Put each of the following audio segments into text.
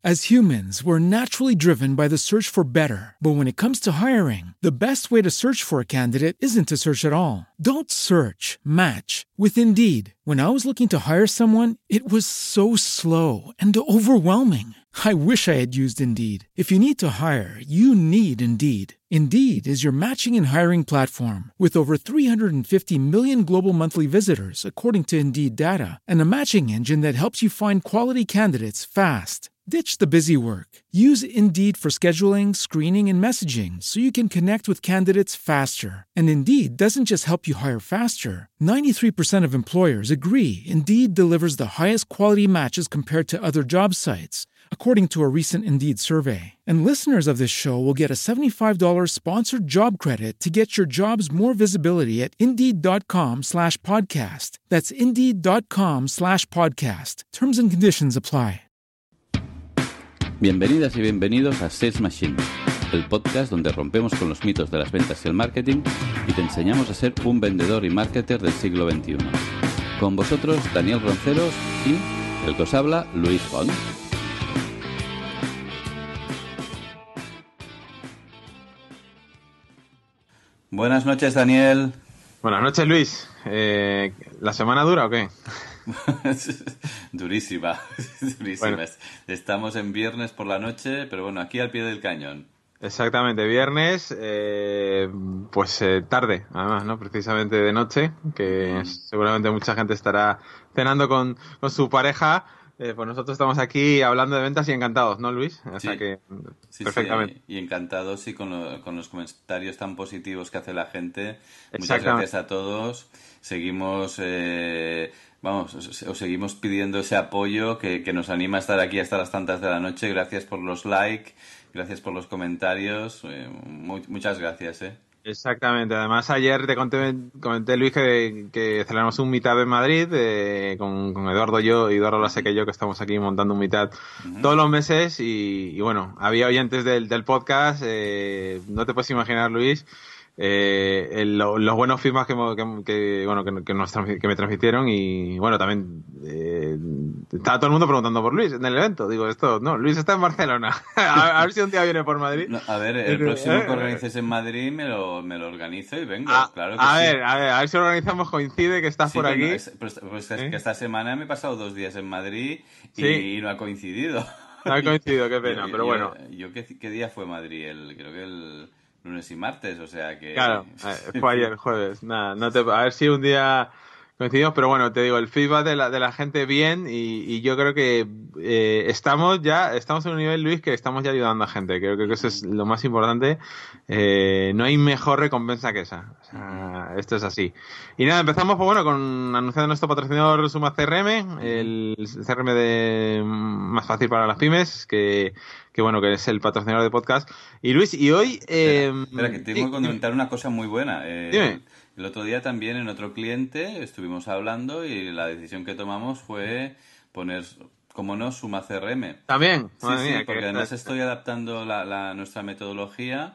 As humans, we're naturally driven by the search for better. But when it comes to hiring, the best way to search for a candidate isn't to search at all. Don't search, match with Indeed. When I was looking to hire someone, it was so slow and overwhelming. I wish I had used Indeed. If you need to hire, you need Indeed. Indeed is your matching and hiring platform with over 350 million global monthly visitors, according to Indeed data, and a matching engine that helps you find quality candidates fast. Ditch the busy work. Use Indeed for scheduling, screening, and messaging so you can connect with candidates faster. And Indeed doesn't just help you hire faster. 93% of employers agree Indeed delivers the highest quality matches compared to other job sites, according to a recent Indeed survey. And listeners of this show will get a $75 sponsored job credit to get your jobs more visibility at Indeed.com/podcast. That's Indeed.com/podcast. Terms and conditions apply. Bienvenidas y bienvenidos a Sales Machine, el podcast donde rompemos con los mitos de las ventas y el marketing y te enseñamos a ser un vendedor y marketer del siglo XXI. Con vosotros, Daniel Ronceros y el que os habla, Luis Font. Buenas noches, Daniel. Buenas noches, Luis. ¿La semana dura o qué? Durísima. Bueno. Estamos en viernes por la noche, pero bueno, aquí al pie del cañón. Exactamente, viernes, tarde, además, ¿no? Precisamente de noche, que seguramente mucha gente estará cenando con su pareja. Pues nosotros estamos aquí hablando de ventas y encantados, ¿no, Luis? O sea que, perfectamente. Sí, y encantados y con los comentarios tan positivos que hace la gente. Muchas gracias a todos. Seguimos, os seguimos pidiendo ese apoyo que nos anima a estar aquí hasta las tantas de la noche. Gracias por los likes, gracias por los comentarios. Muchas gracias, Exactamente. Además, ayer te comenté, Luis, que celebramos un meetup en Madrid con Eduardo Eduardo Laseca y yo, que estamos aquí montando un meetup todos los meses y bueno, había oyentes del podcast, no te puedes imaginar, Luis, los buenos feedbacks que me transmitieron y bueno, también estaba todo el mundo preguntando por Luis en el evento. Digo, Luis está en Barcelona. a ver si un día viene por Madrid. No, a ver, el próximo que organices en Madrid me lo organizo y vengo. Claro que a ver si organizamos, coincide que estás por aquí. Es que esta semana me he pasado 2 días en Madrid y no ha coincidido. No ha coincidido, qué pena, pero bueno. ¿Qué día fue Madrid? Creo que el lunes y martes, o sea que... Claro, fue ayer, jueves. Nada, a ver si un día coincidimos, pero bueno, te digo, el feedback de la gente bien y yo creo que estamos en un nivel, Luis, que estamos ya ayudando a gente. Creo que eso es lo más importante. No hay mejor recompensa que esa. O sea, esto es así. Y nada, empezamos con anunciando nuestro patrocinador Suma CRM, el CRM más fácil para las pymes, que es el patrocinador de podcast. Y Luis, y hoy... Espera, que tengo que comentar una cosa muy buena. Dime. El otro día también en otro cliente estuvimos hablando y la decisión que tomamos fue poner, como no, Suma CRM. También. Sí, porque además estoy adaptando nuestra metodología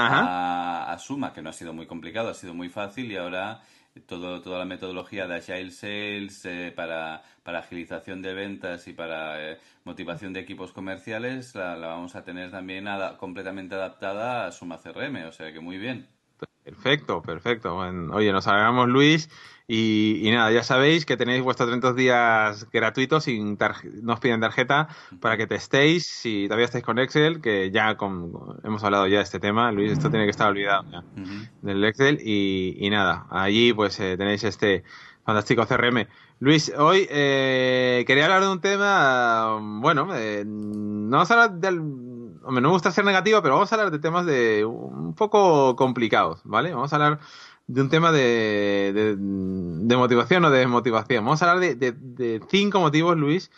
a Suma, que no ha sido muy complicado, ha sido muy fácil y ahora toda la metodología de Agile Sales para agilización de ventas y para motivación de equipos comerciales la vamos a tener también completamente adaptada a Suma CRM, o sea que muy bien. Perfecto. Bueno, oye, nos alegramos, Luis, y nada, ya sabéis que tenéis vuestros 30 días gratuitos, no os piden tarjeta, para que testéis, si todavía estáis con Excel, que ya hemos hablado ya de este tema, Luis, esto tiene que estar olvidado ya, del Excel, y nada, allí pues tenéis este fantástico CRM. Luis, hoy quería hablar de un tema, no vamos a hablar hombre, no me gusta ser negativo, pero vamos a hablar de temas un poco complicados, ¿vale? Vamos a hablar de un tema de motivación o de desmotivación. Vamos a hablar de 5 motivos, Luis,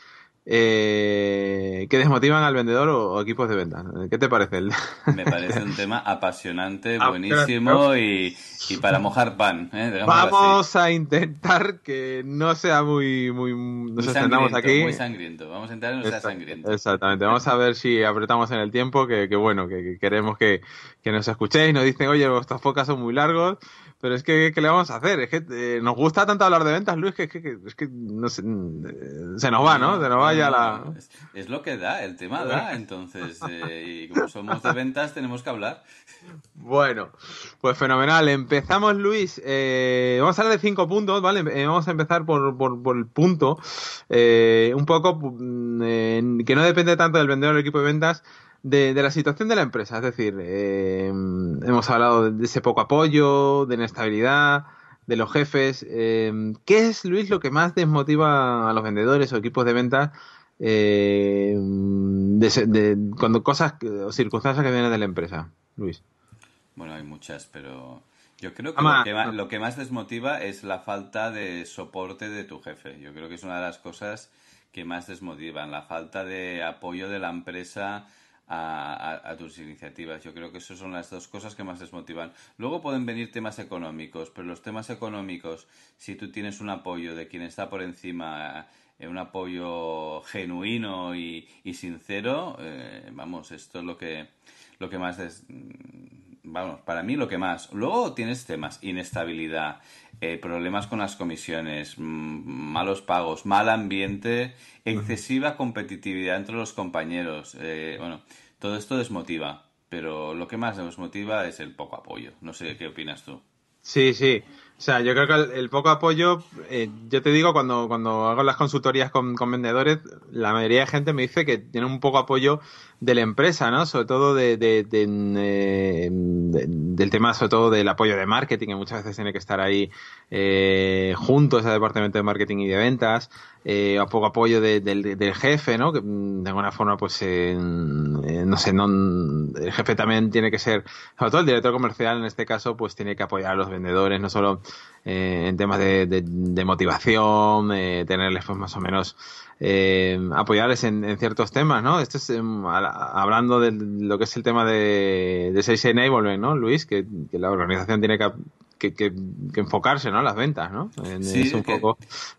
que desmotivan al vendedor o equipos de ventas. ¿Qué te parece? Me parece un tema apasionante, buenísimo y para mojar pan. Vamos a intentar que no sea muy nos extendamos aquí. Muy sangriento. Vamos a intentar que no sea sangriento. Exactamente. Vamos a ver si apretamos en el tiempo, que queremos que nos escuchéis. Nos dicen, oye, vuestras podcasts son muy largos. Pero es que, ¿qué le vamos a hacer? Es que nos gusta tanto hablar de ventas, Luis, que no sé, se nos va, ¿no? Se nos va ya la... Es lo que da, el tema da, entonces, y como somos de ventas tenemos que hablar. Bueno, pues fenomenal. Empezamos, Luis. Vamos a hablar de 5 puntos, ¿vale? Vamos a empezar por el punto. Un poco que no depende tanto del vendedor o del equipo de ventas, de la situación de la empresa. Es decir, hemos hablado de ese poco apoyo, de inestabilidad, de los jefes. ¿Qué es, Luis, lo que más desmotiva a los vendedores o equipos de ventas cuando cosas o circunstancias que vienen de la empresa, Luis? Bueno, hay muchas, pero yo creo que lo que más desmotiva es la falta de soporte de tu jefe. Yo creo que es una de las cosas que más desmotivan, la falta de apoyo de la empresa a tus iniciativas. Yo creo que esas son las dos cosas que más desmotivan. Luego pueden venir temas económicos, pero los temas económicos, si tú tienes un apoyo de quien está por encima, un apoyo genuino y sincero, vamos, esto es lo que más vamos, para mí lo que más. Luego tienes temas, inestabilidad, problemas con las comisiones, malos pagos, mal ambiente, excesiva competitividad entre los compañeros. Bueno, todo esto desmotiva, pero lo que más desmotiva es el poco apoyo. No sé qué opinas tú. Sí, sí. O sea, yo creo que el poco apoyo, yo te digo, cuando hago las consultorías con vendedores, la mayoría de gente me dice que tiene un poco apoyo de la empresa, ¿no? Sobre todo del tema, sobre todo del apoyo de marketing, que muchas veces tiene que estar ahí juntos al departamento de marketing y de ventas, o poco apoyo del jefe, ¿no? Que de alguna forma, pues, no sé, el jefe también tiene que ser, sobre todo el director comercial en este caso, pues tiene que apoyar a los vendedores, no solo en temas de motivación, tenerles pues más o menos apoyarles en ciertos temas, ¿no? Esto es hablando de lo que es el tema de Sales Enablement, ¿no, Luis? Que la organización tiene que enfocarse, ¿no? Las ventas, ¿no? Sí, es un poco...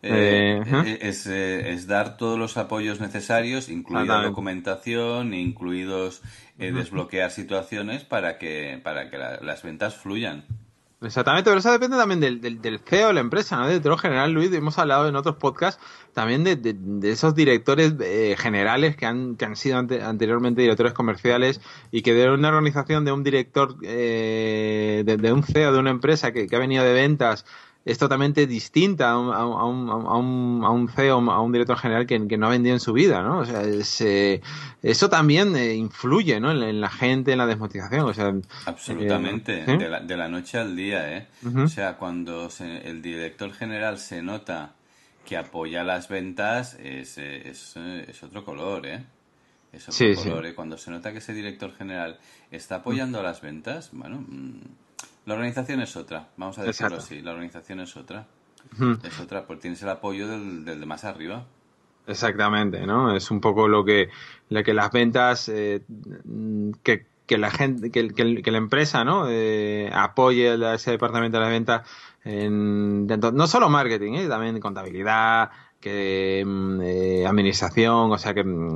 es dar todos los apoyos necesarios, incluida documentación, incluidos desbloquear situaciones para que las ventas fluyan. Exactamente, pero eso depende también del CEO de la empresa, ¿no? De director general, Luis, hemos hablado en otros podcasts también de esos directores generales que han sido anteriormente directores comerciales y que de una organización, de un director, de un CEO de una empresa que ha venido de ventas, es totalmente distinta a un CEO, a un director general que no ha vendido en su vida, ¿no? O sea, eso también influye, ¿no? En la gente, en la desmotivación, o sea... Absolutamente, ¿sí? de la noche al día, ¿eh? Uh-huh. O sea, cuando el director general se nota que apoya las ventas, es otro color, ¿eh? Es otro color, ¿eh? Cuando se nota que ese director general está apoyando a las ventas, bueno... La organización es otra, vamos a decirlo así. La organización es otra. Es otra, porque tienes el apoyo del de más arriba. Exactamente, ¿no? Es un poco lo que las ventas, que la gente, que la empresa, ¿no? Apoye a ese departamento de las ventas no solo marketing, también contabilidad, administración, o sea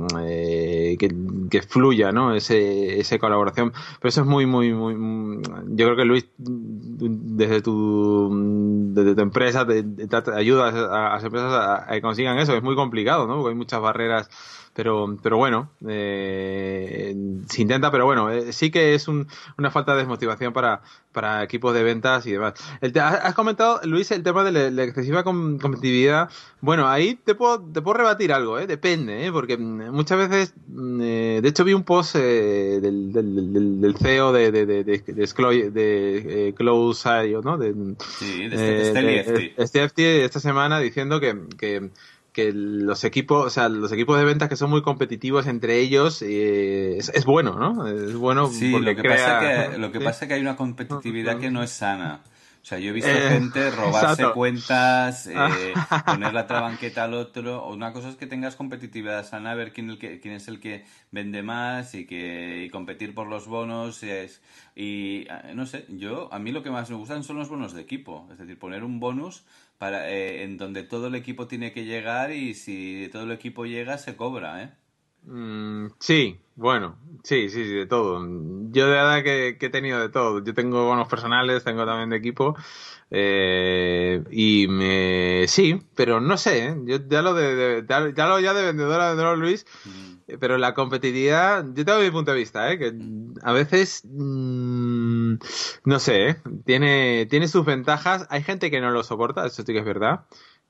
que fluya, ¿no? Esa colaboración. Pero eso es muy, muy, muy, yo creo que Luis, desde tu empresa te ayudas a las empresas a que consigan eso. Es muy complicado, ¿no? Porque hay muchas barreras, pero bueno, se intenta, pero bueno, sí que es una falta de desmotivación para equipos de ventas y demás. Has comentado, Luis, el tema de la excesiva competitividad. Bueno, ahí te puedo rebatir algo, depende, porque muchas veces, de hecho vi un post del CEO de Close.io, ¿no? Sí, de Steve esta semana diciendo que los equipos, o sea, los equipos de ventas que son muy competitivos entre ellos, es bueno, ¿no? Es bueno sí, porque lo que pasa es que hay una competitividad que no es sana. O sea, yo he visto gente robarse exacto. cuentas, poner la trabanqueta al otro. O una cosa es que tengas competitividad sana, ver quién es el que vende más y competir por los bonos. No sé, a mí lo que más me gustan son los bonos de equipo. Es decir, poner un bonus en donde todo el equipo tiene que llegar y si todo el equipo llega se cobra, ¿eh? Sí, Bueno, sí, de todo. Yo de verdad que he tenido de todo. Yo tengo bonos personales, tengo también de equipo. Sí, pero no sé, ¿eh? Yo ya lo ya de vendedor a vendedor, Luis, pero la competitividad, yo tengo mi punto de vista, que a veces, no sé, tiene sus ventajas. Hay gente que no lo soporta, eso sí que es verdad.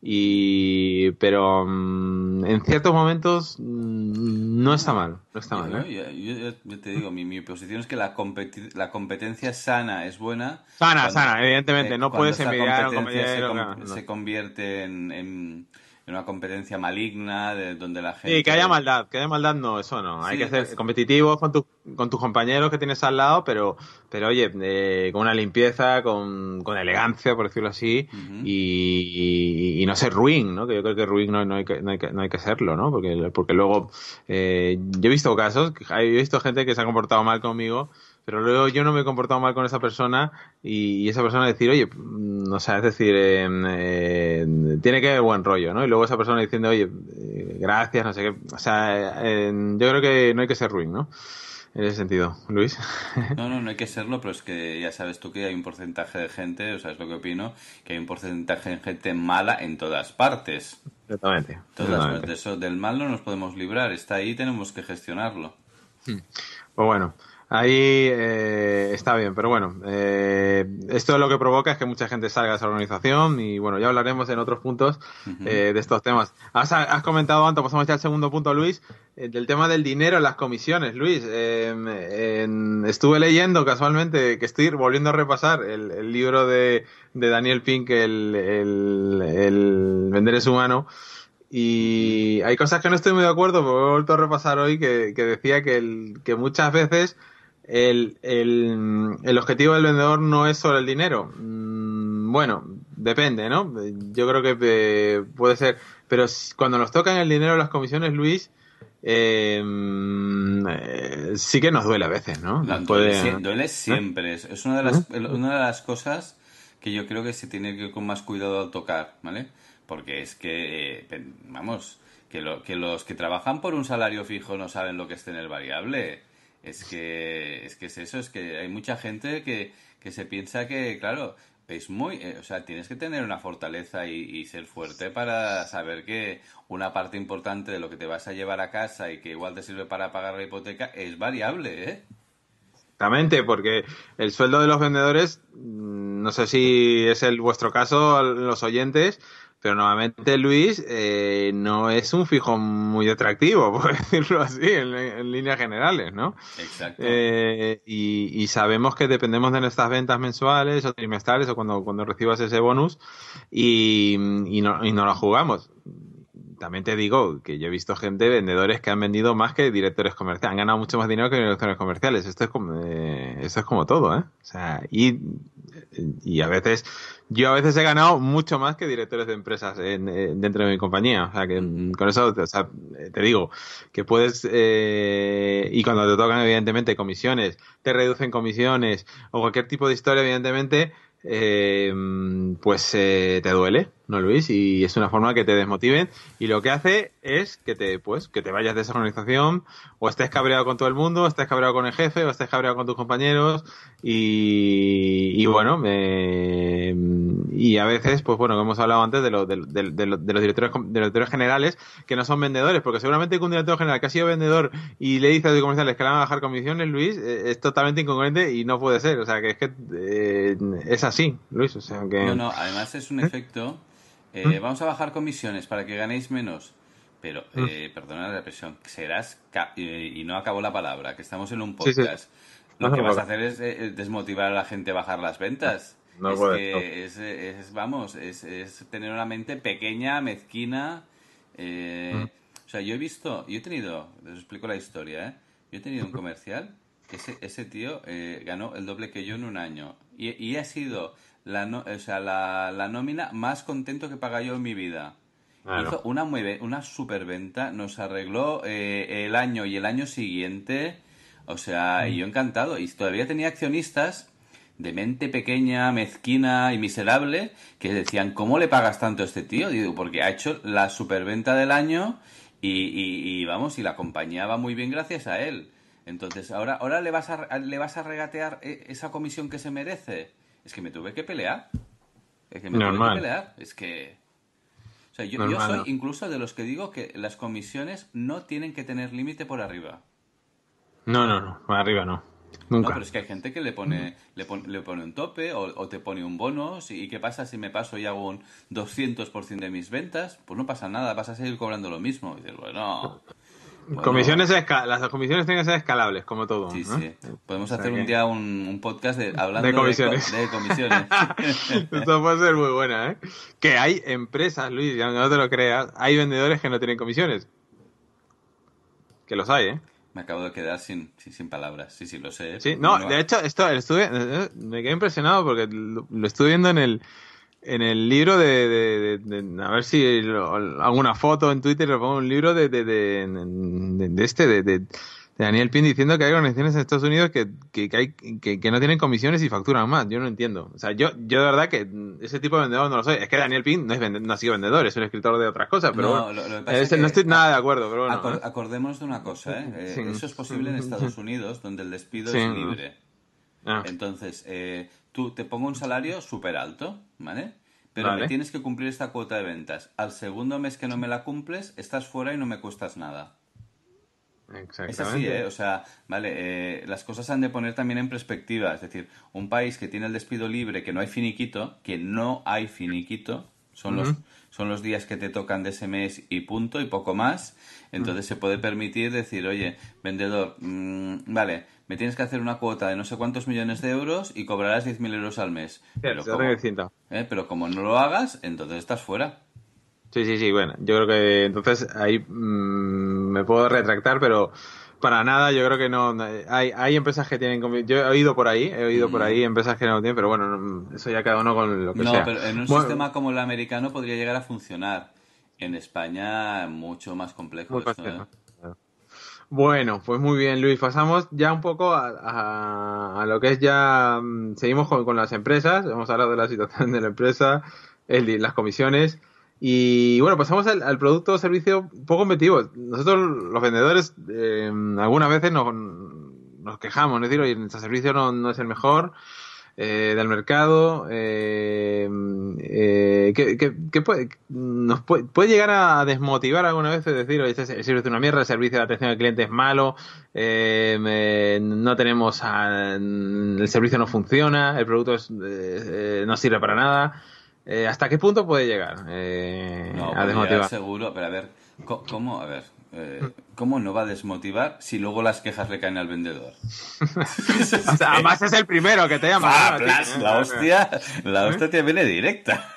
Pero en ciertos momentos no está mal, no está mal, ¿eh? Yo te digo, mi posición es que la competencia sana es buena Sana, evidentemente, no cuando puedes esa envidiar al competencia compañero. No. se convierte en una competencia maligna, donde la Sí, gente... que haya maldad no, eso no. Hay que Sí, ser pues competitivos con tus compañeros que tienes al lado, pero oye, con una limpieza, con elegancia, por decirlo así, y no ser ruin, ¿no? Que yo creo que ruin no hay que serlo, ¿no? Porque luego, yo he visto casos, he visto gente que se ha comportado mal conmigo, pero luego yo no me he comportado mal con esa persona y esa persona decir, oye, o sea, es decir, tiene que haber buen rollo, ¿no? Y luego esa persona diciendo, oye, gracias, no sé qué. O sea, yo creo que no hay que ser ruin, ¿no? En ese sentido, Luis. no hay que serlo, pero es que ya sabes tú que hay un porcentaje de gente, o sea, es lo que opino, que hay un porcentaje de gente mala en todas partes. Exactamente. De eso, del mal no nos podemos librar, está ahí, tenemos que gestionarlo. Pues bueno, ahí está bien, pero bueno, esto lo que provoca es que mucha gente salga de esa organización y bueno, ya hablaremos en otros puntos de estos temas. Has comentado antes, pasamos ya al segundo punto, Luis, del tema del dinero en las comisiones, Luis. Estuve leyendo casualmente, que estoy volviendo a repasar el libro de Daniel Pink, el Vender es humano. Y hay cosas que no estoy muy de acuerdo, pero he vuelto a repasar hoy que decía que muchas veces el objetivo del vendedor no es solo el dinero. Bueno, depende, ¿no? Yo creo que puede ser. Pero cuando nos tocan el dinero las comisiones, Luis, sí que nos duele a veces, ¿no? Duele siempre. Es una de las cosas que yo creo que se tiene que ir con más cuidado al tocar, ¿vale? Porque es que, vamos, que los que trabajan por un salario fijo no saben lo que es tener variable. Es que es eso, es que hay mucha gente que se piensa que, claro, es muy... o sea, tienes que tener una fortaleza y ser fuerte para saber que una parte importante de lo que te vas a llevar a casa y que igual te sirve para pagar la hipoteca es variable, ¿eh? Exactamente, porque el sueldo de los vendedores, no sé si es vuestro caso, los oyentes, pero normalmente Luis no es un fijo muy atractivo, por decirlo así, en líneas generales, ¿no? Exacto. Y sabemos que dependemos de nuestras ventas mensuales o trimestrales o cuando recibas ese bonus y no la jugamos. También te digo que yo he visto vendedores que han vendido más que directores comerciales, han ganado mucho más dinero que directores comerciales. Esto es como todo, ¿eh? O sea, y yo a veces he ganado mucho más que directores de empresas dentro de mi compañía. O sea, que con eso, o sea, te digo que puedes, y cuando te tocan, evidentemente, comisiones, te reducen comisiones o cualquier tipo de historia, evidentemente, pues te duele, ¿no, Luis? Y es una forma que te desmotiven y lo que hace es que te vayas de esa organización o estés cabreado con todo el mundo, o estés cabreado con el jefe, o estés cabreado con tus compañeros y bueno, y a veces, pues bueno, hemos hablado antes de los directores generales que no son vendedores, porque seguramente que un director general que ha sido vendedor y le dice a los comerciales que le van a bajar comisiones, Luis, es totalmente incongruente y no puede ser, o sea, que es que es así, Luis, o sea que... No, además es un efecto. Vamos a bajar comisiones para que ganéis menos. Pero, perdona la presión, y no acabo la palabra, que estamos en un podcast. Lo que vas a hacer es desmotivar a la gente a bajar las ventas. No Es puede, que vamos, es tener una mente pequeña, mezquina. O sea, yo he tenido, les explico la historia, ¿eh? Yo he tenido un comercial, ese tío ganó el doble que yo en un año. Y ha sido la nómina más contento que he pagado yo en mi vida. Claro. Hizo una superventa, nos arregló el año y el año siguiente. O sea, y yo encantado. Y todavía tenía accionistas de mente pequeña, mezquina y miserable que decían, ¿cómo le pagas tanto a este tío? Digo, porque ha hecho la superventa del año y vamos, y la compañía va muy bien gracias a él. Entonces, ahora le vas a regatear esa comisión que se merece. Es que me tuve que pelear. Es que me tuve que pelear. Es que... O sea, yo soy incluso de los que digo que las comisiones no tienen que tener límite por arriba. No, por arriba no. Nunca. No, pero es que hay gente que le pone un tope o te pone un bono. ¿Y qué pasa si me paso y hago un 200% de mis ventas? Pues no pasa nada, vas a seguir cobrando lo mismo. Y dices, bueno... Las comisiones tienen que ser escalables, como todo. Sí, ¿no? sí. Podemos hacer un día un podcast hablando de comisiones. De comisiones. Esto puede ser muy buena, ¿eh? Que hay empresas, Luis, y aunque no te lo creas, hay vendedores que no tienen comisiones. Que los hay, ¿eh? Me acabo de quedar sin palabras. Sí, lo sé. Sí, no, de hecho, me quedé impresionado porque lo estuve viendo en el libro de a ver si alguna foto en Twitter le pongo un libro de Daniel Pin diciendo que hay organizaciones en Estados Unidos que no tienen comisiones y facturan más. Yo no entiendo. O sea, yo de verdad que ese tipo de vendedor no lo soy. Es que Daniel Pin no ha sido vendedor, es un escritor de otras cosas, pero no, bueno, lo que pasa es que, no estoy nada de acuerdo, pero bueno. Acordémonos de una cosa, ¿eh? Sí. Eso es posible en Estados Unidos, donde el despido Sí. es libre. Ah. Entonces, tú te pongo un salario súper alto, ¿vale? Pero Vale. me tienes que cumplir esta cuota de ventas. Al segundo mes que no me la cumples, estás fuera y no me cuestas nada. Exactamente. Es así, ¿eh? O sea, vale, las cosas se han de poner también en perspectiva. Es decir, un país que tiene el despido libre, que no hay finiquito, son los días que te tocan de ese mes y punto, y poco más. Entonces se puede permitir decir, oye, vendedor, vale, me tienes que hacer una cuota de no sé cuántos millones de euros y cobrarás 10.000 euros al mes. Pero como no lo hagas, entonces estás fuera. Sí, bueno, yo creo que entonces ahí me puedo retractar, pero para nada, yo creo que no. Hay empresas que tienen. Yo he oído por ahí empresas que no lo tienen, pero bueno, eso ya cada uno con lo que sea. No, pero en un sistema como el americano podría llegar a funcionar. En España, mucho más complejo Muy esto, complejo. Bueno, pues muy bien, Luis. Pasamos ya un poco a lo que es ya. Seguimos con las empresas. Hemos hablado de la situación de la empresa, las comisiones. Y bueno, pasamos al producto o servicio poco competitivo. Nosotros, los vendedores, algunas veces nos quejamos, es decir, oye, nuestro servicio no es el mejor del mercado. Puede llegar a desmotivar alguna vez? Es decir, oye, el servicio es una mierda, el servicio de atención al cliente es malo, no tenemos el servicio no funciona, el producto no sirve para nada. ¿Hasta qué punto puede llegar a desmotivar? Seguro, pero a ver, ¿cómo? A ver, ¿cómo no va a desmotivar si luego las quejas le caen al vendedor? O sea, además es el primero que te llama. La hostia te viene directa.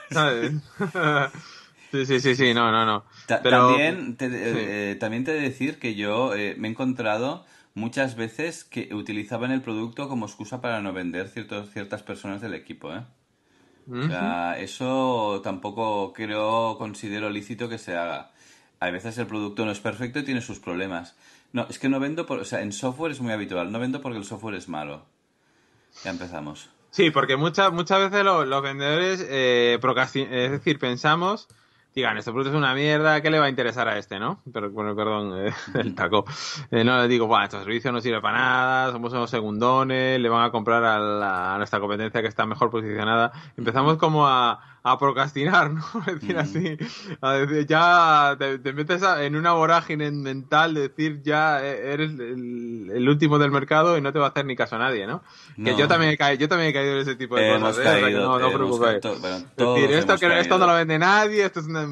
Sí, no. Pero... También te he de decir que yo me he encontrado muchas veces que utilizaban el producto como excusa para no vender ciertas personas del equipo, ¿eh? O sea, eso tampoco considero lícito que se haga. A veces el producto no es perfecto y tiene sus problemas. No, es que no vendo o sea, en software es muy habitual. No vendo porque el software es malo. Ya empezamos. Sí, porque muchas veces los vendedores es decir, pensamos, digan, este producto es una mierda, ¿qué le va a interesar a este, no? Pero bueno, perdón, el taco. No les digo, bueno, este servicio no sirve para nada, somos unos segundones, le van a comprar a nuestra competencia que está mejor posicionada. Empezamos como a procrastinar, ¿no? Es decir, así, a decir, ya te metes en una vorágine mental de decir, ya eres el último del mercado y no te va a hacer ni caso a nadie, ¿no? No. Que yo también he caído en ese tipo de cosas. No preocupéis. Es decir, esto no lo vende nadie, esto es una...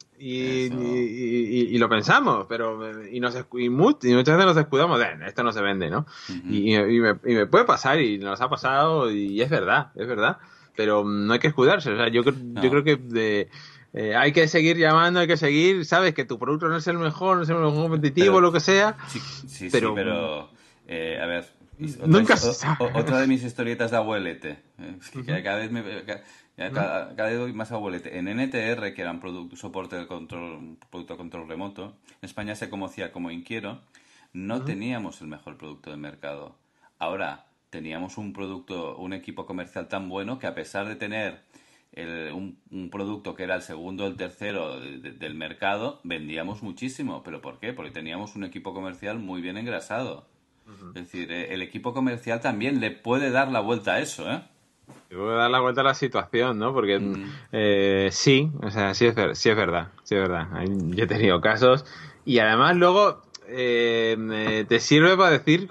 Y lo pensamos, pero y muchas veces nos descuidamos de esto no se vende, ¿no? Y me puede pasar y nos ha pasado y es verdad, pero no hay que escudarse. O sea, yo creo que hay que seguir llamando, hay que seguir, sabes que tu producto no es el mejor competitivo, lo que sea. Sí, pero a ver, nunca se sabe. Otra de mis historietas de abuelete. Es que cada vez cada vez doy más abuelete. En NTR, que era un soporte de producto de control remoto, en España se conocía como Inquiero, no teníamos el mejor producto del mercado. Ahora teníamos un equipo comercial tan bueno que, a pesar de tener un producto que era el segundo o el tercero del mercado, vendíamos muchísimo. ¿Pero por qué? Porque teníamos un equipo comercial muy bien engrasado. Es decir, el equipo comercial también le puede dar la vuelta a eso, ¿eh? Le puede dar la vuelta a la situación, ¿no? Porque sí, o sea, sí es verdad. Yo he tenido casos y además luego te sirve para decir,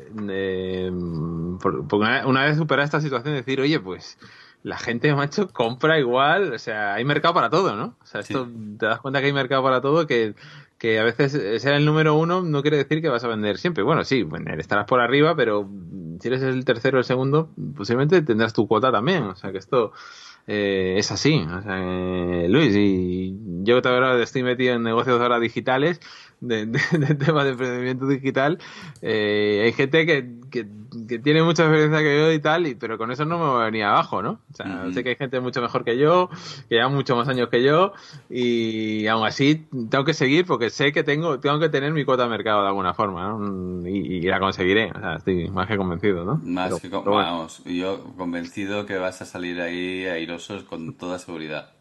porque una vez superada esta situación, decir, oye, pues la gente, macho, compra igual, o sea, hay mercado para todo, ¿no? O sea, esto te das cuenta que hay mercado para todo, que a veces ser el número uno no quiere decir que vas a vender siempre. Bueno, sí, estarás por arriba, pero si eres el tercero o el segundo, posiblemente tendrás tu cuota también. O sea, que esto es así. O sea, Luis, y yo que ahora estoy metido en negocios ahora digitales, de temas de emprendimiento digital, hay gente que tiene mucha experiencia que yo y tal, pero con eso no me voy a venir abajo, ¿no? O sea, sé que hay gente mucho mejor que yo, que lleva muchos más años que yo, y aún así tengo que seguir porque sé que tengo que tener mi cuota de mercado de alguna forma, ¿no? Y la conseguiré, o sea, estoy más que convencido, ¿no? Vamos, yo convencido que vas a salir ahí airosos con toda seguridad.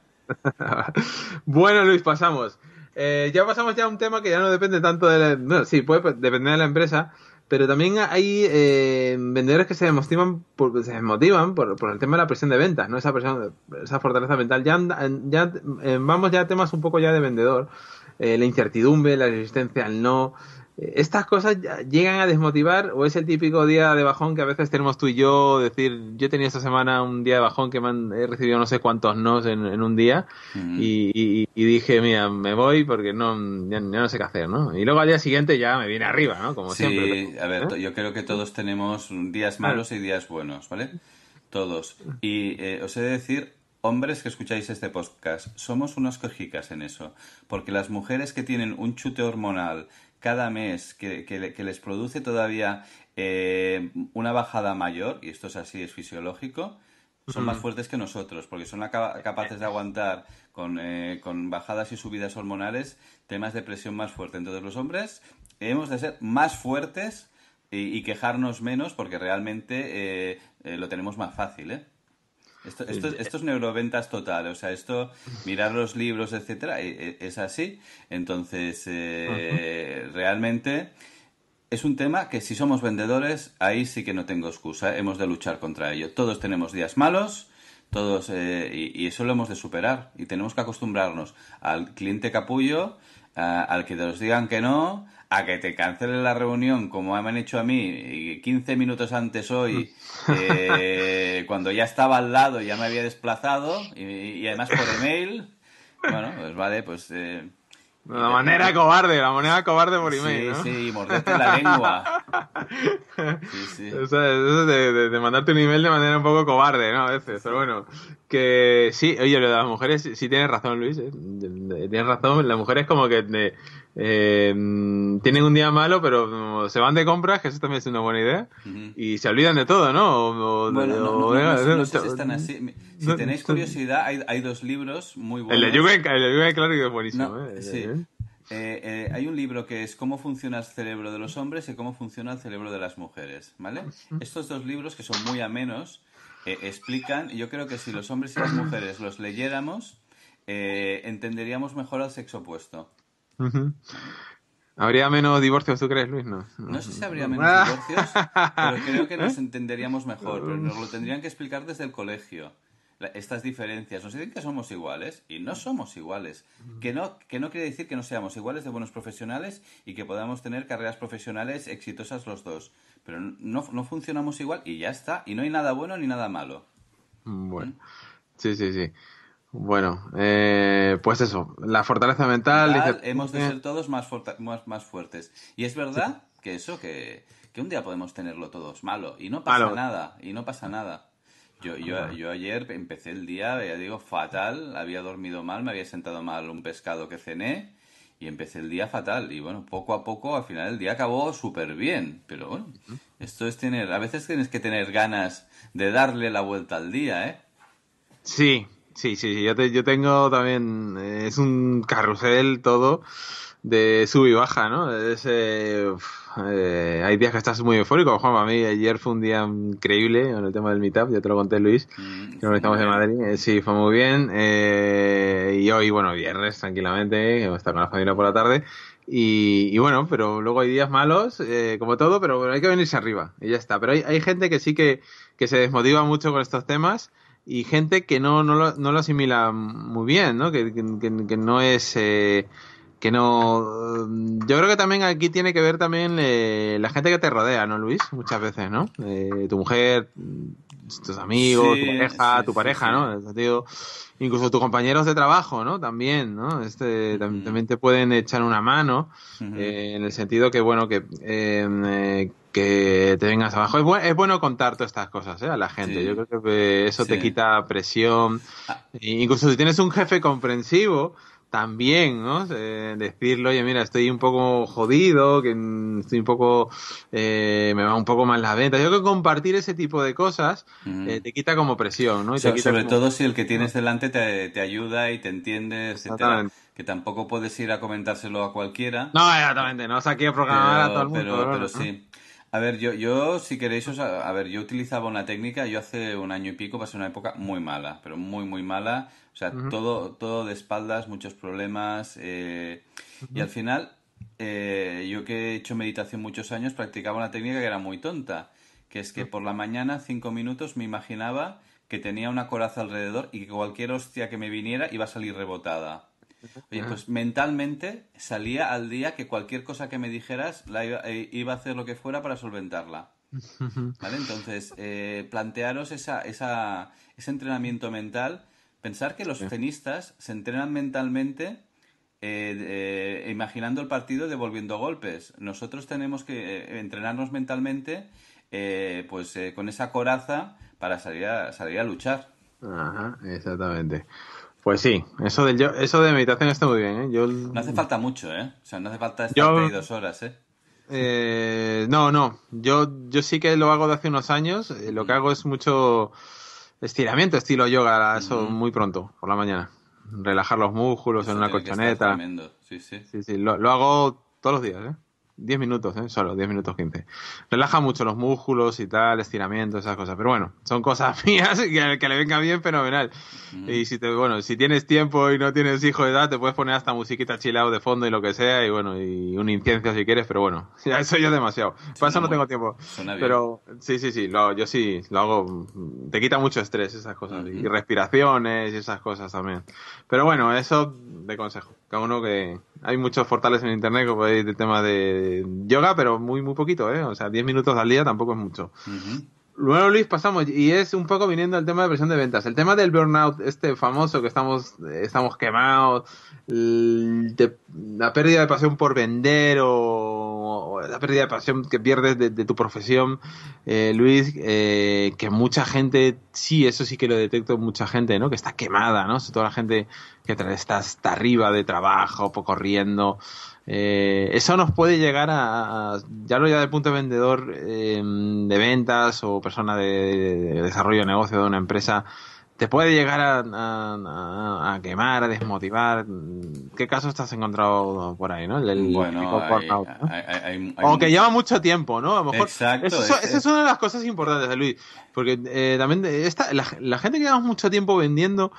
Bueno, Luis, pasamos. Ya pasamos ya a un tema que ya no depende tanto no, sí, puede depender de la empresa, pero también hay vendedores que se desmotivan por el tema de la presión de ventas, ¿no? Esa fortaleza mental. Vamos ya a temas un poco ya de vendedor. La incertidumbre, la resistencia al no. ¿Estas cosas llegan a desmotivar o es el típico día de bajón que a veces tenemos tú y yo? Decir, yo he tenido esta semana un día de bajón que he recibido no sé cuántos nos en un día y dije, mira, me voy porque ya no sé qué hacer, ¿no? Y luego al día siguiente ya me viene arriba, ¿no? Como siempre. Sí, a ver, yo creo que todos tenemos días malos y días buenos, ¿vale? Todos. Y os he de decir, hombres que escucháis este podcast, somos unos cojicas en eso. Porque las mujeres que tienen un chute hormonal cada mes que les produce todavía una bajada mayor, y esto es así, es fisiológico, son más fuertes que nosotros, porque son capaces de aguantar con bajadas y subidas hormonales temas de presión más fuerte. Entonces los hombres hemos de ser más fuertes y quejarnos menos, porque realmente lo tenemos más fácil, ¿eh? Esto es neuroventas total, o sea, mirar los libros, etcétera, es así. Entonces, realmente es un tema que si somos vendedores, ahí sí que no tengo excusa, hemos de luchar contra ello. Todos tenemos días malos, todos y eso lo hemos de superar y tenemos que acostumbrarnos al cliente capullo, al que te los digan que no, a que te cancelen la reunión como me han hecho a mí 15 minutos antes hoy, cuando ya estaba al lado y ya me había desplazado y además por email. Bueno, pues vale, pues... la manera cobarde por email, ¿no? Sí, morderte la lengua. Sí. Eso de mandarte un email de manera un poco cobarde, ¿no? A veces, pero bueno. Que sí, oye, lo de las mujeres, sí tienes razón, Luis, tienes razón, las mujeres como que tienen un día malo, pero se van de compras, que eso también es una buena idea, y se olvidan de todo, ¿no? No sé si están así. Si tenéis curiosidad, hay dos libros muy buenos. El de Jürgen claro que es buenísimo. Sí. Hay un libro que es Cómo funciona el cerebro de los hombres y cómo funciona el cerebro de las mujeres, ¿vale? Estos dos libros, que son muy amenos, explican, yo creo que si los hombres y las mujeres los leyéramos, entenderíamos mejor al sexo opuesto. ¿Habría menos divorcios, tú crees, Luis? No sé si habría menos divorcios, pero creo que nos entenderíamos mejor, pero nos lo tendrían que explicar desde el colegio. Estas diferencias. Nos dicen que somos iguales y no somos iguales. Que no quiere decir que no seamos iguales de buenos profesionales y que podamos tener carreras profesionales exitosas los dos. Pero no funcionamos igual y ya está. Y no hay nada bueno ni nada malo. Bueno. Sí. Bueno, pues eso. La fortaleza mental. Hemos de ser todos más fuertes. Y es verdad que un día podemos tenerlo todos malo y no pasa nada. Yo ayer empecé el día, ya digo, fatal, había dormido mal, me había sentado mal un pescado que cené y empecé el día fatal. Y bueno, poco a poco, al final el día acabó súper bien. Pero bueno, esto es a veces tienes que tener ganas de darle la vuelta al día, ¿eh? Sí. Yo tengo también, es un carrusel todo de sub y baja, ¿no? Hay días que estás muy eufórico, Juan. Para mí ayer fue un día increíble en el tema del meetup, ya te lo conté, Luis, que nos estamos en Madrid. Sí, fue muy bien. Y hoy, bueno, viernes, tranquilamente, hemos estado con la familia por la tarde. Y bueno, pero luego hay días malos, como todo, pero hay que venirse arriba y ya está. Pero hay gente que sí que se desmotiva mucho con estos temas y gente que no lo asimila muy bien, ¿no? Que no es... que no... Yo creo que también aquí tiene que ver también la gente que te rodea, ¿no, Luis? Muchas veces, ¿no? Tu mujer, tus amigos, Sí, tu sí, pareja, sí. ¿no? En el sentido, incluso tus compañeros de trabajo, ¿no? También, ¿no? También te pueden echar una mano en el sentido que, bueno, que te vengas abajo. Es bueno contar todas estas cosas, a la gente. Yo Sí, creo que eso te sí. quita presión. Ah, Incluso si tienes un jefe comprensivo, también, ¿no? Decirle, oye, mira, estoy un poco jodido, que estoy un poco, me va un poco mal la venta. Yo creo que compartir ese tipo de cosas te quita como presión, ¿no? Y te quita Sobre como... todo si el que tienes ¿no? delante te ayuda y te entiende, etcétera. Exactamente. Que tampoco puedes ir a comentárselo a cualquiera. No, exactamente, no saqué a programar a todo el mundo, pero Pero bueno, ¿no? sí. A ver, yo si queréis, a ver, yo utilizaba una técnica, yo hace un año y pico pasé una época muy mala, pero muy, muy mala. O sea, Ujú, todo de espaldas, muchos problemas. Y ujú, al final, yo que he hecho meditación muchos años, practicaba una técnica que era muy tonta, que es que por la mañana, 5 minutos, me imaginaba que tenía una coraza alrededor y que cualquier hostia que me viniera iba a salir rebotada. Oye, ujú, pues mentalmente salía al día que cualquier cosa que me dijeras iba a hacer lo que fuera para solventarla. ujú, ¿Vale? Entonces, plantearos ese entrenamiento mental. Pensar que los sí. tenistas se entrenan mentalmente imaginando el partido devolviendo golpes. Nosotros tenemos que entrenarnos mentalmente con esa coraza para salir a luchar. Ajá, exactamente. Pues sí, eso de meditación está muy bien, ¿eh? No hace falta mucho, ¿eh? O sea, no hace falta estarte ahí Yo 2 horas, ¿eh? no, yo sí que lo hago de hace unos años. Lo que Ujú, hago es mucho estiramiento, estilo yoga, eso ujú. muy pronto, por la mañana. Relajar los músculos en Eso una tiene que estar colchoneta. tremendo, sí, sí. Sí, sí, lo hago todos los días, ¿eh? 10 minutos, ¿eh? Solo, 10 minutos 15. Relaja mucho los músculos y tal, estiramiento, esas cosas. Pero bueno, son cosas mías y que al que le venga bien, fenomenal. Ujú. Y si tienes tiempo y no tienes hijos de edad, te puedes poner hasta musiquita chill out de fondo y lo que sea, y bueno, y un incienso si quieres, pero bueno, ya eso yo es demasiado. Para eso no tengo tiempo. Suena bien. Pero sí, yo sí lo hago. Te quita mucho estrés esas cosas. Y Ujú. respiraciones y esas cosas también. Pero bueno, eso de consejo. Cada uno que... Hay muchos portales en internet que podéis de tema de yoga, pero muy, muy poquito, ¿eh? O sea, 10 minutos al día tampoco es mucho. Ujú. Luego, Luis, pasamos, y es un poco viniendo al tema de presión de ventas. El tema del burnout, este famoso que estamos quemados, la pérdida de pasión por vender o la pérdida de pasión que pierdes de tu profesión, Luis, que mucha gente, sí, eso sí que lo detecto en mucha gente, ¿no? Que está quemada, ¿no? Sobre todo la gente que está hasta arriba de trabajo, corriendo. Eso nos puede llegar ya lo ya del punto de vendedor de ventas o persona de desarrollo de negocio de una empresa, te puede llegar a quemar, a desmotivar. ¿Qué casos te has encontrado por ahí, no? El Bueno, típico burnout, ¿no? hay O que mucho. lleva mucho tiempo, ¿no? A lo mejor, Exacto, esa es una de las cosas importantes de Luis, porque también la gente que llevamos mucho tiempo vendiendo,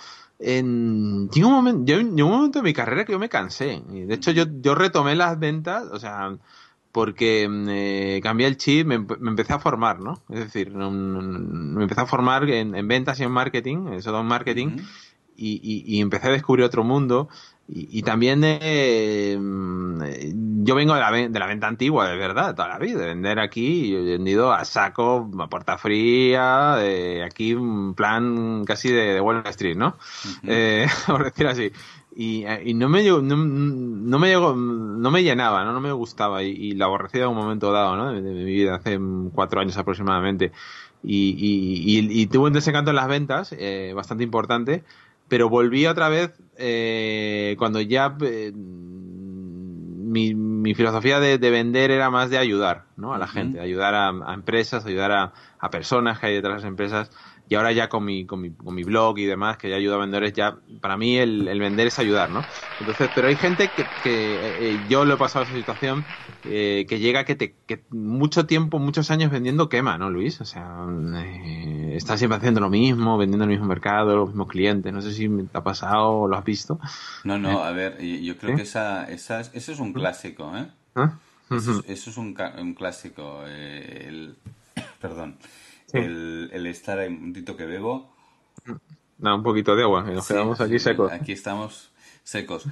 llegó un momento de mi carrera que yo me cansé. Y de hecho, Ujú, yo retomé las ventas, o sea, porque cambié el chip, me empecé a formar, ¿no? Es decir, me empecé a formar en ventas y en marketing, sobre todo en marketing, ujú. y empecé a descubrir otro mundo. Y también yo vengo de la venta antigua, de verdad, toda la vida, de vender aquí, he vendido a saco, a puerta fría, aquí un plan casi de Wall Street, ¿no? Ujú. Por decir así. Y no me llegó, no me llenaba, ¿no? No me gustaba y la aborrecía en un momento dado, ¿no? De mi vida, hace 4 años aproximadamente. Y tuve un desencanto en las ventas, bastante importante, pero volví otra vez cuando ya mi filosofía de vender era más de ayudar, ¿no? A la Ujú. gente, ayudar a empresas, ayudar a personas que hay detrás de las empresas. y ahora ya con mi blog y demás, que ya ayuda a vendedores, ya para mí el vender es ayudar, ¿no? Entonces, pero hay gente que yo lo he pasado esa situación, que llega que mucho tiempo, muchos años vendiendo quema, ¿no, Luis? O sea, estás siempre haciendo lo mismo, vendiendo el mismo mercado, los mismos clientes. No sé si te ha pasado o lo has visto. No, a ver, yo creo que eso es un clásico, ¿eh? ¿Ah? Eso es un clásico. Perdón. Sí. El estar ahí, un momentito que bebo. Da un poquito de agua y nos quedamos aquí secos. Aquí estamos secos.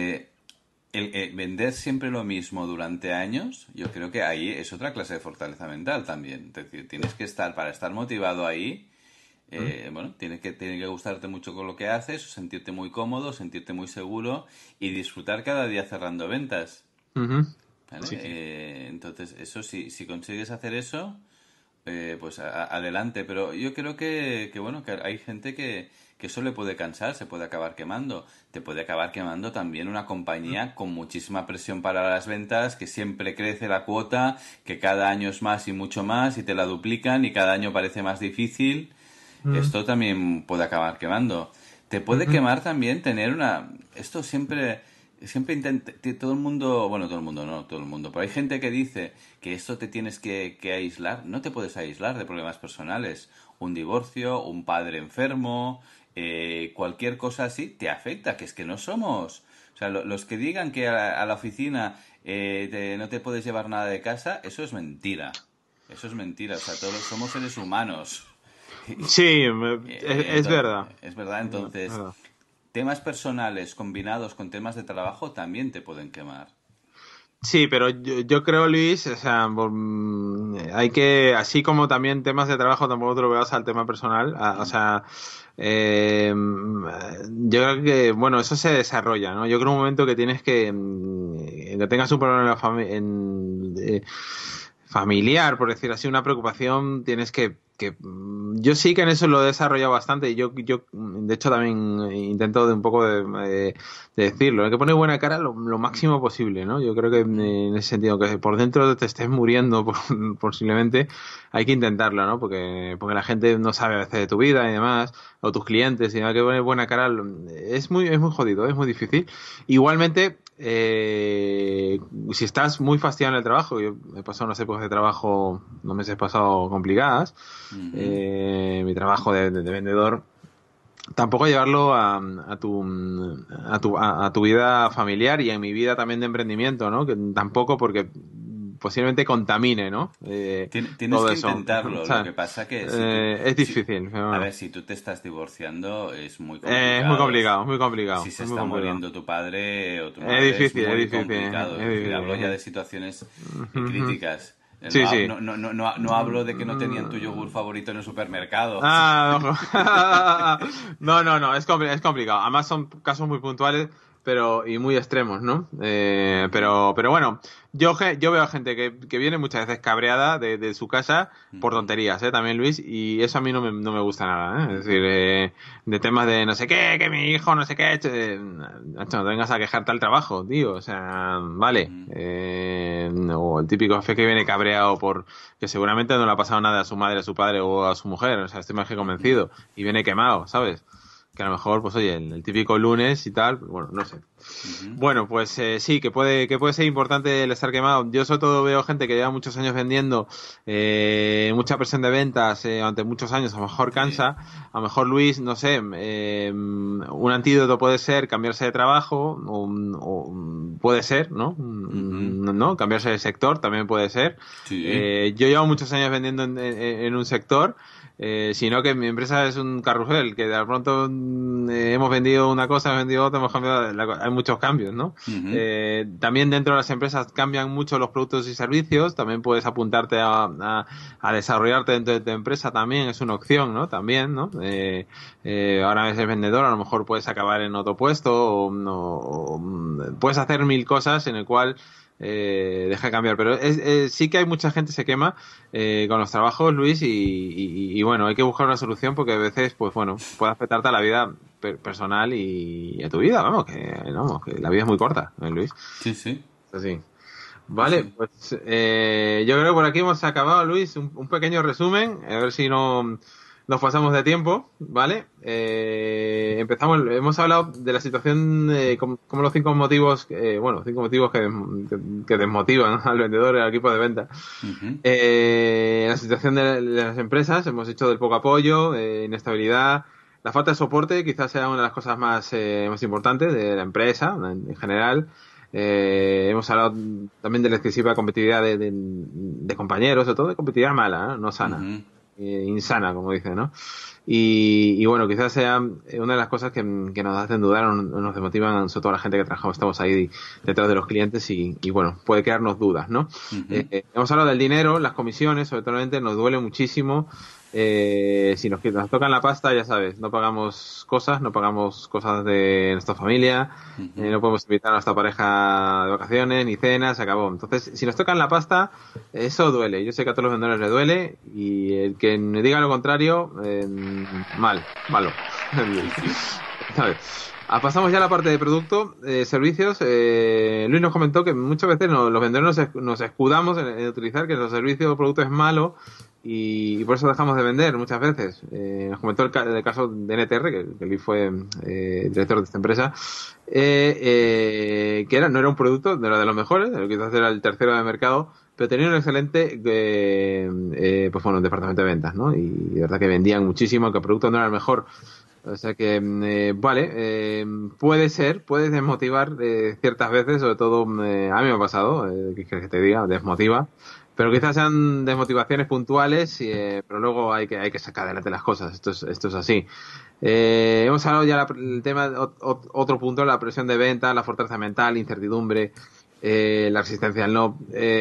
Vender siempre lo mismo durante años, yo creo que ahí es otra clase de fortaleza mental también. Es decir, tienes que para estar motivado ahí, bueno, tiene que gustarte mucho con lo que haces, sentirte muy cómodo, sentirte muy seguro y disfrutar cada día cerrando ventas. ¿Vale? Sí. Entonces, eso si consigues hacer eso, pues adelante. Pero yo creo que bueno, que hay gente que eso le puede cansar, se puede acabar quemando. Te puede acabar quemando también una compañía con muchísima presión para las ventas, que siempre crece la cuota, que cada año es más y mucho más, y te la duplican y cada año parece más difícil. Esto también puede acabar quemando. Te puede quemar también tener Esto siempre intenta... Todo el mundo... Bueno, todo el mundo no, todo el mundo. Pero hay gente que dice que esto te tienes que aislar. No te puedes aislar de problemas personales. Un divorcio, un padre enfermo, cualquier cosa así te afecta. Que es que no somos... O sea, los que digan que a la oficina no te puedes llevar nada de casa, eso es mentira. Eso es mentira. O sea, todos somos seres humanos. Sí, es verdad. Es verdad, entonces, temas personales combinados con temas de trabajo también te pueden quemar. Sí, pero yo creo, Luis, o sea, hay que, así como también temas de trabajo, tampoco te lo veas al tema personal, o sea, yo creo que, bueno, eso se desarrolla, ¿no? Yo creo un momento que tienes que tengas un problema familiar, por decir así, una preocupación, tienes que yo sí que en eso lo he desarrollado bastante y yo de hecho también intento un poco de decirlo, hay que poner buena cara lo máximo posible, ¿no? Yo creo que en ese sentido, que por dentro te estés muriendo posiblemente, hay que intentarlo, ¿no? Porque la gente no sabe a veces de tu vida y demás, o tus clientes, y hay que poner buena cara, es muy jodido, es muy difícil. Igualmente, si estás muy fastidiado en el trabajo, yo he pasado unas épocas de trabajo, unos meses pasados complicadas, mi trabajo de vendedor, tampoco llevarlo a tu vida familiar y en mi vida también de emprendimiento, ¿no? Que tampoco, porque posiblemente contamine, ¿no? Tienes todo que eso. intentarlo, O sea, lo que pasa que es difícil. Pero bueno. A ver, si tú te estás divorciando es muy complicado. Es muy complicado, muy complicado. Si se muy está complicado. muriendo tu padre o tu madre, es difícil, muy es difícil, complicado. es difícil. Hablo ya de situaciones críticas. Sí, sí. No hablo de que no tenían tu yogur favorito en el supermercado. No, es complicado. Además son casos muy puntuales, y muy extremos, ¿no? Pero bueno, yo veo a gente que viene muchas veces cabreada de su casa por tonterías, también, Luis, y eso a mí no me gusta nada, Es decir, de temas de no sé qué, que mi hijo no sé qué, no te vengas a quejarte al trabajo, tío, o sea, vale. O el típico jefe que viene cabreado que seguramente no le ha pasado nada a su madre, a su padre o a su mujer, o sea, estoy más que convencido, y viene quemado, ¿sabes? Que a lo mejor, pues oye, el típico lunes y tal, bueno, no sé. Bueno, pues sí, que puede ser importante el estar quemado. Yo sobre todo veo gente que lleva muchos años vendiendo, mucha presión de ventas durante muchos años, a lo mejor cansa. A lo mejor, Luis, no sé, un antídoto puede ser cambiarse de trabajo, o puede ser, ¿no? ¿No? Cambiarse de sector también puede ser. Sí. Yo llevo muchos años vendiendo en un sector, sino que mi empresa es un carrusel, que de pronto hemos vendido una cosa, hemos vendido otra, hemos cambiado, hay muchos cambios, ¿no? También dentro de las empresas cambian mucho los productos y servicios, también puedes apuntarte a desarrollarte dentro de tu empresa, también es una opción, ¿no? También, ¿no? Ahora eres vendedor, a lo mejor puedes acabar en otro puesto, o puedes hacer mil cosas en el cual deja de cambiar, pero sí que hay mucha gente se quema con los trabajos, Luis, y bueno, hay que buscar una solución, porque a veces, pues bueno, puede afectarte a la vida personal y a tu vida, vamos, que la vida es muy corta, Luis. Sí. Así. Vale, sí. Pues yo creo que por aquí hemos acabado, Luis, un pequeño resumen, a ver si no nos pasamos de tiempo, ¿vale? Hemos hablado de la situación, como los 5 motivos, 5 motivos que desmotivan al vendedor y al equipo de venta. Ujú. La situación de las empresas, hemos hecho del poco apoyo, inestabilidad, la falta de soporte, quizás sea una de las cosas más importantes de la empresa en general. Hemos hablado también de la excesiva competitividad de compañeros, sobre todo de competitividad mala, ¿no? No sana, Ujú. insana, como dicen, ¿no? Y bueno, quizás sea una de las cosas que nos hacen dudar o nos desmotivan, sobre todo la gente que trabajamos, estamos ahí detrás de los clientes y bueno, puede crearnos dudas, ¿no? Ujú. Hemos hablado del dinero, las comisiones, sobre todo nos duele muchísimo. Si nos tocan la pasta, ya sabes, no pagamos cosas de nuestra familia, Ujú. no podemos invitar a nuestra pareja de vacaciones, ni cenas, se acabó. Entonces, si nos tocan la pasta, eso duele. Yo sé que a todos los vendedores les duele y el que me diga lo contrario, malo. Sí, sí. ¿Sabes? Pasamos ya a la parte de producto, servicios. Luis nos comentó que muchas veces los vendedores nos escudamos en utilizar que los servicios o producto es malo y por eso dejamos de vender muchas veces. Nos comentó el caso de NTR, que Luis fue director de esta empresa, que no era un producto, no era de los mejores, quizás era el tercero de mercado, pero tenía un excelente departamento de ventas, ¿no? Y de verdad que vendían muchísimo, aunque el producto no era el mejor. O sea que, vale, puede desmotivar ciertas veces, sobre todo a mí me ha pasado, ¿qué quieres que te diga? Desmotiva. Pero quizás sean desmotivaciones puntuales, pero luego hay que sacar adelante las cosas. Esto es así. Hemos hablado ya el tema, otro punto, la presión de venta, la fortaleza mental, incertidumbre, la resistencia al no.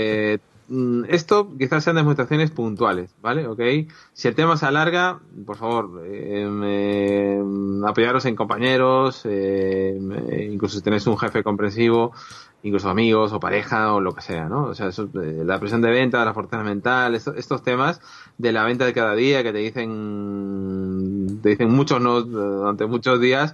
Esto quizás sean demostraciones puntuales, ¿vale? ¿Ok? Si el tema se alarga, por favor, apoyaros en compañeros, incluso si tenéis un jefe comprensivo, incluso amigos o pareja o lo que sea, ¿no? O sea, la presión de venta, la fortaleza mental, estos temas de la venta de cada día que te dicen muchos no durante muchos días.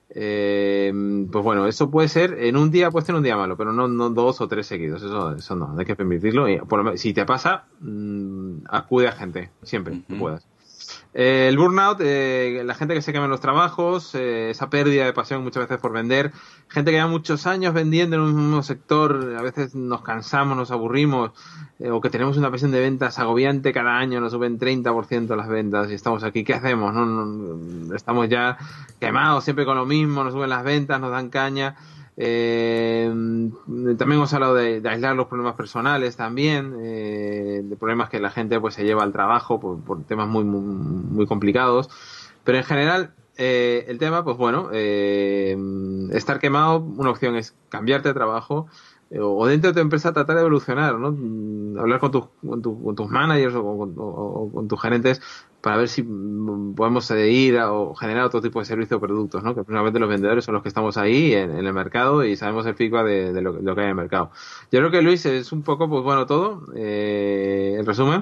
Pues bueno, eso puede ser en un día, puede ser un día malo, pero no 2 o 3 seguidos. Eso no hay que permitirlo. Y si te pasa, acude a gente, siempre que Ujú. puedas. El burnout, la gente que se quema en los trabajos, esa pérdida de pasión muchas veces por vender, gente que lleva muchos años vendiendo en un mismo sector, a veces nos cansamos, nos aburrimos, o que tenemos una presión de ventas agobiante, cada año nos suben 30% las ventas y estamos aquí, ¿qué hacemos? Estamos ya quemados siempre con lo mismo, nos suben las ventas, nos dan caña. También hemos hablado de aislar los problemas personales también, de problemas que la gente pues se lleva al trabajo por temas muy complicados. Pero en general, el tema, pues bueno, estar quemado, una opción es cambiarte de trabajo o dentro de tu empresa tratar de evolucionar, ¿no? Hablar con tus managers o con tus gerentes para ver si podemos ir o generar otro tipo de servicio o productos, ¿no? Que principalmente los vendedores son los que estamos ahí en el mercado y sabemos el feedback de lo que hay en el mercado. Yo creo que Luis es un poco, pues bueno, todo, en resumen.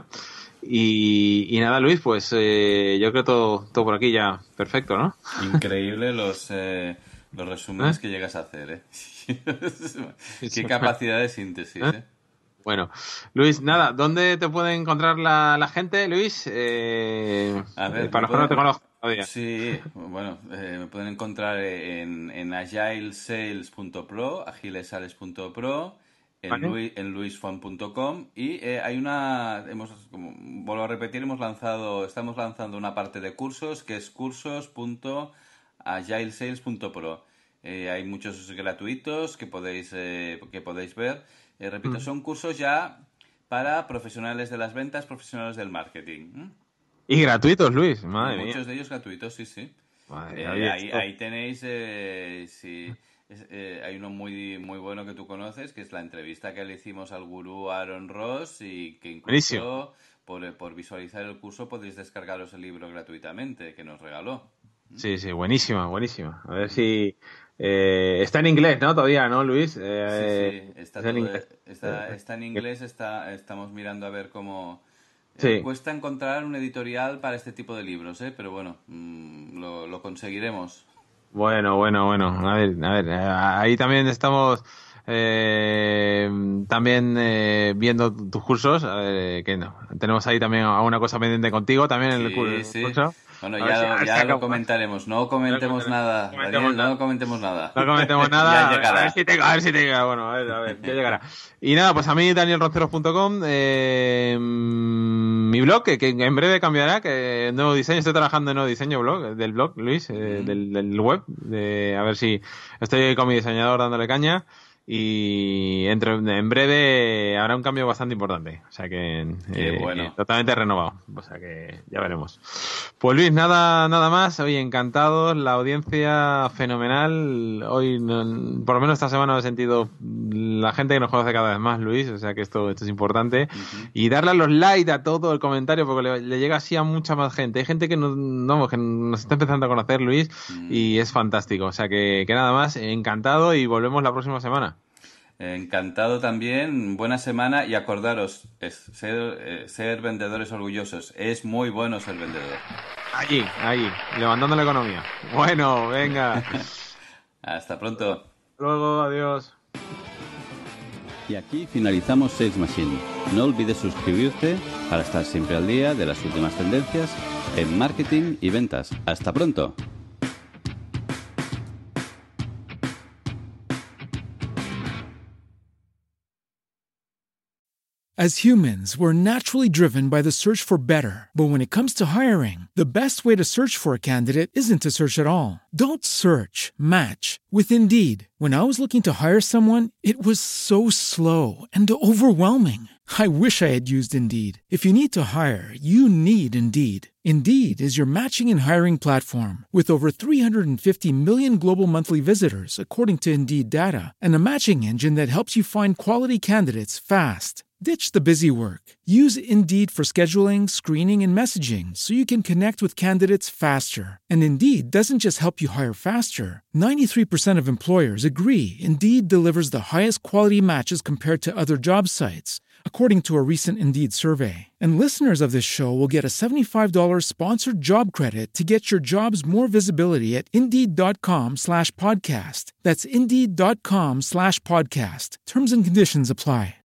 Y nada, Luis, pues yo creo todo por aquí ya perfecto, ¿no? Increíble los ¿Eh? resúmenes que llegas a hacer, ¿eh? Qué Sí, capacidad de síntesis, ¿eh? ¿eh? Bueno, Luis, nada, ¿dónde te puede encontrar la gente, Luis? A ver, Para los que no te conozcan todavía. Sí, bueno, me pueden encontrar en agilesales.pro, agilesales.pro, ¿Vale? en luisfon.com y vuelvo a repetir, estamos lanzando una parte de cursos que es cursos.agilesales.pro. Hay muchos gratuitos que podéis ver. Repito, Mm. son cursos ya para profesionales de las ventas, profesionales del marketing. Y gratuitos, Luis, Y madre mía. muchos de ellos gratuitos, sí, sí. Madre mía, oye, esto. Ahí tenéis, sí, hay uno muy, muy bueno que tú conoces, que es la entrevista que le hicimos al gurú Aaron Ross y que Buenísimo. incluso por visualizar el curso podéis descargaros el libro gratuitamente que nos regaló. Sí, sí, buenísima, buenísima. A ver si está en inglés, ¿no? Todavía, ¿no, Luis? Sí, sí, está Está en todo, inglés. está en inglés, estamos mirando a ver cómo. Sí. Cuesta encontrar un editorial para este tipo de libros, pero bueno, lo conseguiremos. Bueno. A ver, ahí también estamos también viendo tus cursos. A ver, que no. Tenemos ahí también alguna cosa pendiente contigo también en el Sí, sí. curso. Bueno, ya lo comentaremos. No comentemos nada, Daniel, no comentemos nada. No comentemos nada. Ya llegará. A ver si te llega. Bueno, a ver, ya llegará. Y nada, pues a mí, danielronceros.com, mi blog, que en breve cambiará, que nuevo diseño, estoy trabajando en nuevo diseño del blog, Luis, del web, a ver si estoy con mi diseñador dándole caña. Y en breve habrá un cambio bastante importante, o sea que bueno. Totalmente renovado, o sea que ya veremos. Pues Luis, nada más, hoy encantados, la audiencia fenomenal, hoy por lo menos esta semana he sentido la gente que nos conoce cada vez más, Luis, o sea que esto es importante, y darle a los likes a todo el comentario porque le llega así a mucha más gente, hay gente que nos está empezando a conocer, Luis, y es fantástico, o sea que nada más, encantado y volvemos la próxima semana. Encantado también, buena semana y acordaros, ser vendedores orgullosos, es muy bueno ser vendedor. Allí, levantando la economía. Bueno, venga. Hasta pronto. Luego, adiós. Y aquí finalizamos Sales Machine. No olvides suscribirte para estar siempre al día de las últimas tendencias en marketing y ventas. Hasta pronto. As humans, we're naturally driven by the search for better. But when it comes to hiring, the best way to search for a candidate isn't to search at all. Don't search, match with Indeed. When I was looking to hire someone, it was so slow and overwhelming. I wish I had used Indeed. If you need to hire, you need Indeed. Indeed is your matching and hiring platform with over 350 million global monthly visitors, according to Indeed data, and a matching engine that helps you find quality candidates fast. Ditch the busy work. Use Indeed for scheduling, screening, and messaging so you can connect with candidates faster. And Indeed doesn't just help you hire faster. 93% of employers agree Indeed delivers the highest quality matches compared to other job sites, according to a recent Indeed survey. And listeners of this show will get a $75 sponsored job credit to get your jobs more visibility at Indeed.com/podcast. That's Indeed.com/podcast. Terms and conditions apply.